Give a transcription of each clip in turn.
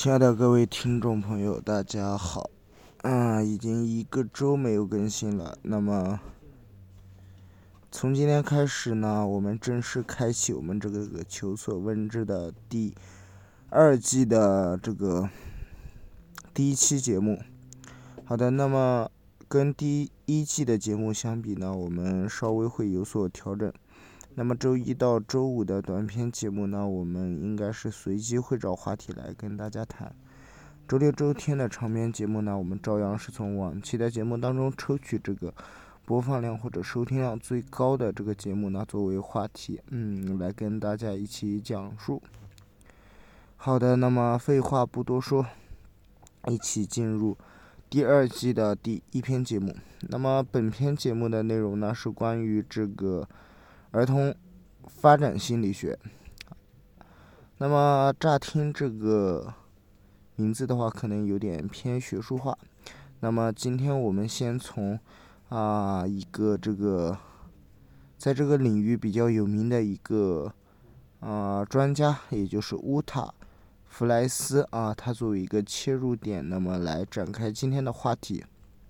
亲爱的各位听众朋友，大家好。已经一个周没有更新了。那么从今天开始呢，我们正式开启我们这个求索问智的第二季的这个第一期节目。好的，那么跟第一季的节目相比呢，我们稍微会有所调整。那么周一到周五的短篇节目呢，我们应该是随机会找话题来跟大家谈。周六周天的长篇节目呢，我们照样是从往期的节目当中抽取这个播放量或者收听量最高的这个节目呢作为话题，来跟大家一起讲述。好的，那么废话不多说，一起进入第二季的第一篇节目。那么本篇节目的内容呢是关于这个儿童发展心理学。那么乍听这个名字的话可能有点偏学术化，那么今天我们先从一个这个在这个领域比较有名的一个专家，也就是乌塔弗莱斯他作为一个切入点，那么来展开今天的话题。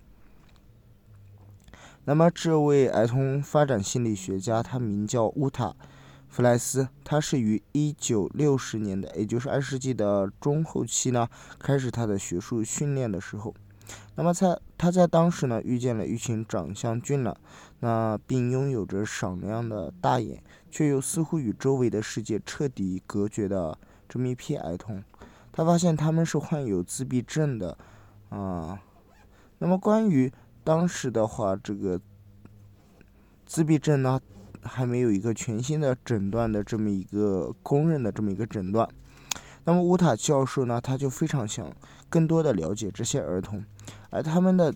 那么这位儿童发展心理学家，他名叫乌塔弗莱斯，他是于1960年的，也就是20世纪的中后期呢，开始他的学术训练的时候。那么他在当时呢，遇见了一群长相俊朗，并拥有着闪亮的大眼，却又似乎与周围的世界彻底隔绝的这么一批儿童。他发现他们是患有自闭症的那么关于当时的话，这个自闭症呢，还没有一个全新的诊断的这么一个公认的这么一个诊断。那么乌塔教授呢，他就非常想更多的了解这些儿童，而他们的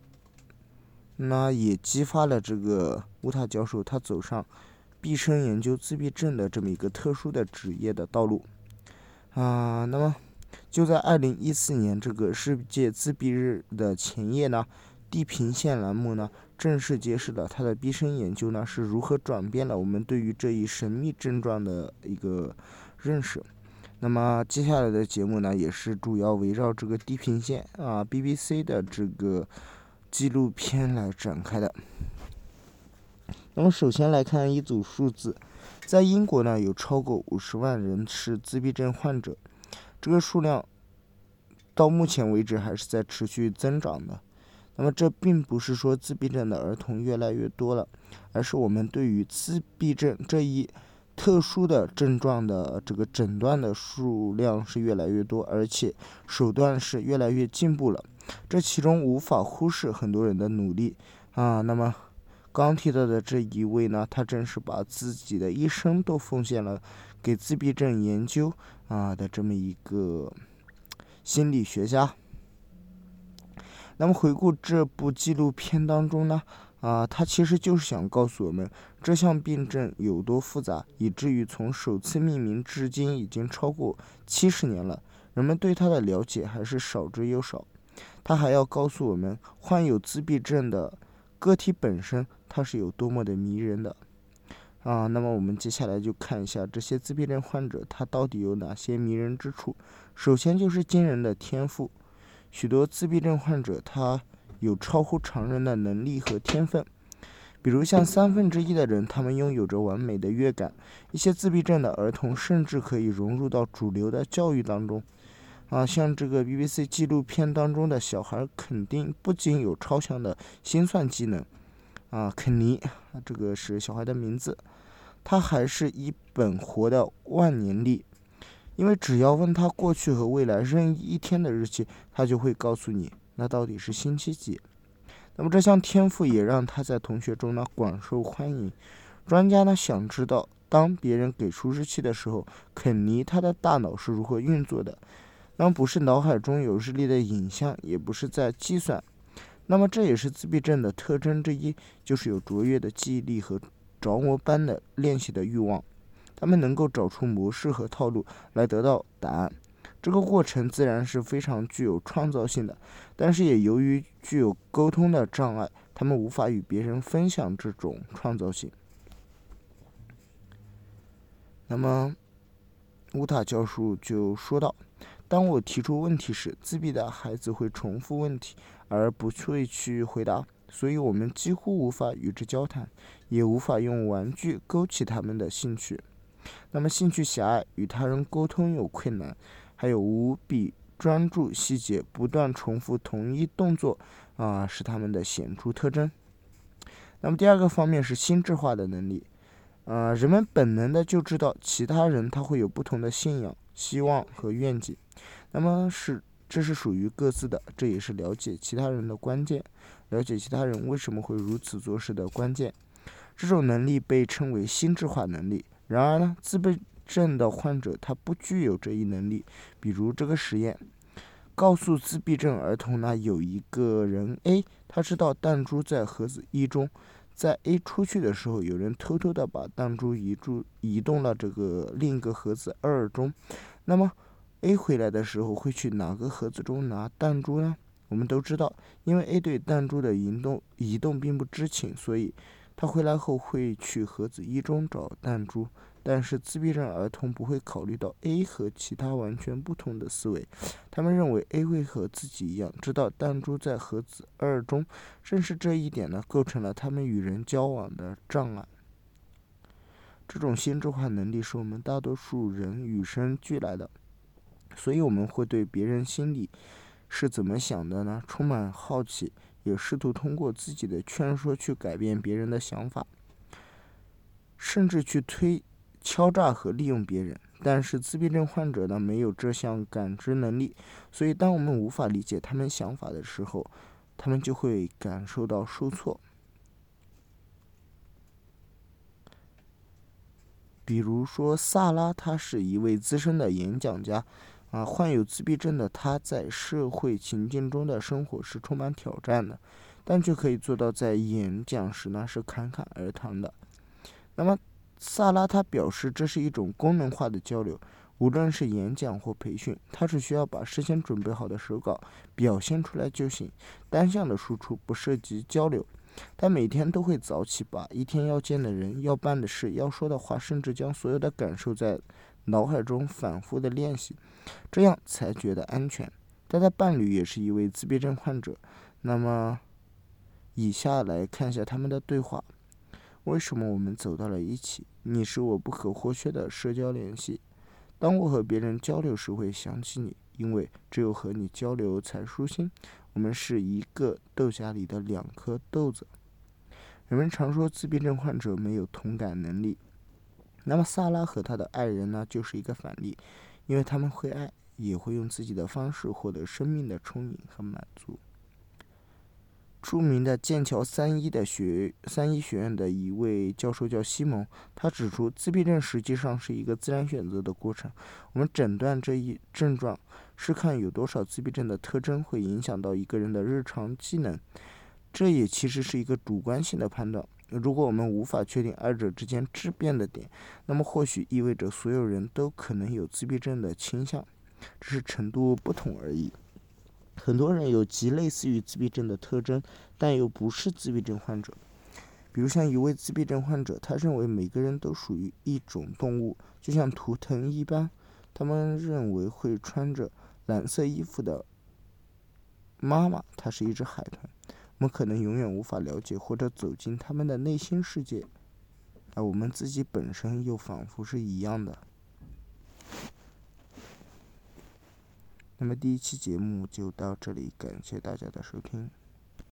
也激发了这个乌塔教授他走上毕生研究自闭症的这么一个特殊的职业的道路那么就在2014年这个世界自闭日的前夜呢，地平线栏目呢正式揭示了他的毕生研究呢是如何转变了我们对于这一神秘症状的一个认识。那么接下来的节目呢，也是主要围绕这个地平线BBC 的这个纪录片来展开的。那么首先来看一组数字，在英国呢有超过50万人是自闭症患者，这个数量到目前为止还是在持续增长的。那么这并不是说自闭症的儿童越来越多了，而是我们对于自闭症这一特殊的症状的这个诊断的数量是越来越多，而且手段是越来越进步了。这其中无法忽视很多人的努力那么刚提到的这一位呢，他正是把自己的一生都奉献了给自闭症研究的这么一个心理学家。那么回顾这部纪录片当中呢他其实就是想告诉我们这项病症有多复杂，以至于从首次命名至今已经超过70年了，人们对它的了解还是少之又少。他还要告诉我们，患有自闭症的个体本身它是有多么的迷人的那么我们接下来就看一下这些自闭症患者他到底有哪些迷人之处。首先就是惊人的天赋，许多自闭症患者他有超乎常人的能力和天分，比如像1/3的人，他们拥有着完美的乐感，一些自闭症的儿童甚至可以融入到主流的教育当中像这个 BBC 纪录片当中的小孩肯定不仅有超强的心算技能肯尼这个是小孩的名字，他还是一本活的万年历，因为只要问他过去和未来任意一天的日期，他就会告诉你那到底是星期几。那么这项天赋也让他在同学中呢广受欢迎。专家呢想知道，当别人给出日期的时候，肯尼他的大脑是如何运作的。那么不是脑海中有日历的影像，也不是在计算。那么这也是自闭症的特征之一，就是有卓越的记忆力和着魔般的练习的欲望。他们能够找出模式和套路来得到答案，这个过程自然是非常具有创造性的，但是也由于具有沟通的障碍，他们无法与别人分享这种创造性。那么乌塔教授就说到， 当我提出问题时，自闭的孩子会重复问题，而不会去回答，所以我们几乎无法与之交谈，也无法用玩具勾起他们的兴趣。那么兴趣狭隘，与他人沟通有困难，还有无比专注细节，不断重复同一动作是他们的显著特征。那么第二个方面是心智化的能力。人们本能的就知道其他人他会有不同的信仰、希望和愿景，那么这是属于各自的，这也是了解其他人的关键，了解其他人为什么会如此做事的关键。这种能力被称为心智化能力。然而呢，自闭症的患者他不具有这一能力。比如这个实验，告诉自闭症儿童呢，有一个人 A， 他知道弹珠在盒子一中，在 A 出去的时候，有人偷偷的把弹珠移动了这个另一个盒子2中。那么 A 回来的时候会去哪个盒子中拿弹珠呢？我们都知道，因为 A 对弹珠的移动并不知情，所以他回来后会去盒子一中找弹珠。但是自闭症儿童不会考虑到 A 和其他完全不同的思维，他们认为 A 会和自己一样知道弹珠在盒子2中。正是这一点呢，构成了他们与人交往的障碍。这种心智化能力是我们大多数人与生俱来的，所以我们会对别人心里是怎么想的呢充满好奇，也试图通过自己的劝说去改变别人的想法，甚至去敲诈和利用别人。但是自闭症患者呢，没有这项感知能力，所以当我们无法理解他们想法的时候，他们就会感受到受挫。比如说萨拉，他是一位资深的演讲家，患有自闭症的他在社会情境中的生活是充满挑战的，但却可以做到在演讲时呢是侃侃而谈的。那么萨拉他表示，这是一种功能化的交流，无论是演讲或培训，他只需要把事先准备好的手稿表现出来就行，单向的输出不涉及交流。他每天都会早起，把一天要见的人、要办的事、要说的话，甚至将所有的感受在脑海中反复的练习，这样才觉得安全。他的伴侣也是一位自闭症患者。那么以下来看一下他们的对话。为什么我们走到了一起？你是我不可或缺的社交联系。当我和别人交流时会想起你，因为只有和你交流才舒心。我们是一个豆荚里的2颗豆子。人们常说自闭症患者没有同感能力，那么萨拉和他的爱人呢，就是一个反例，因为他们会爱，也会用自己的方式获得生命的充盈和满足。著名的剑桥三一学院的一位教授叫西蒙，他指出，自闭症实际上是一个自然选择的过程。我们诊断这一症状是看有多少自闭症的特征会影响到一个人的日常技能，这也其实是一个主观性的判断。如果我们无法确定二者之间质变的点，那么或许意味着所有人都可能有自闭症的倾向，只是程度不同而已。很多人有极类似于自闭症的特征，但又不是自闭症患者。比如像一位自闭症患者，他认为每个人都属于一种动物，就像图腾一般。他们认为会穿着蓝色衣服的妈妈，她是一只海豚。我们可能永远无法了解或者走进他们的内心世界，而我们自己本身又仿佛是一样的。那么第1期节目就到这里，感谢大家的收听。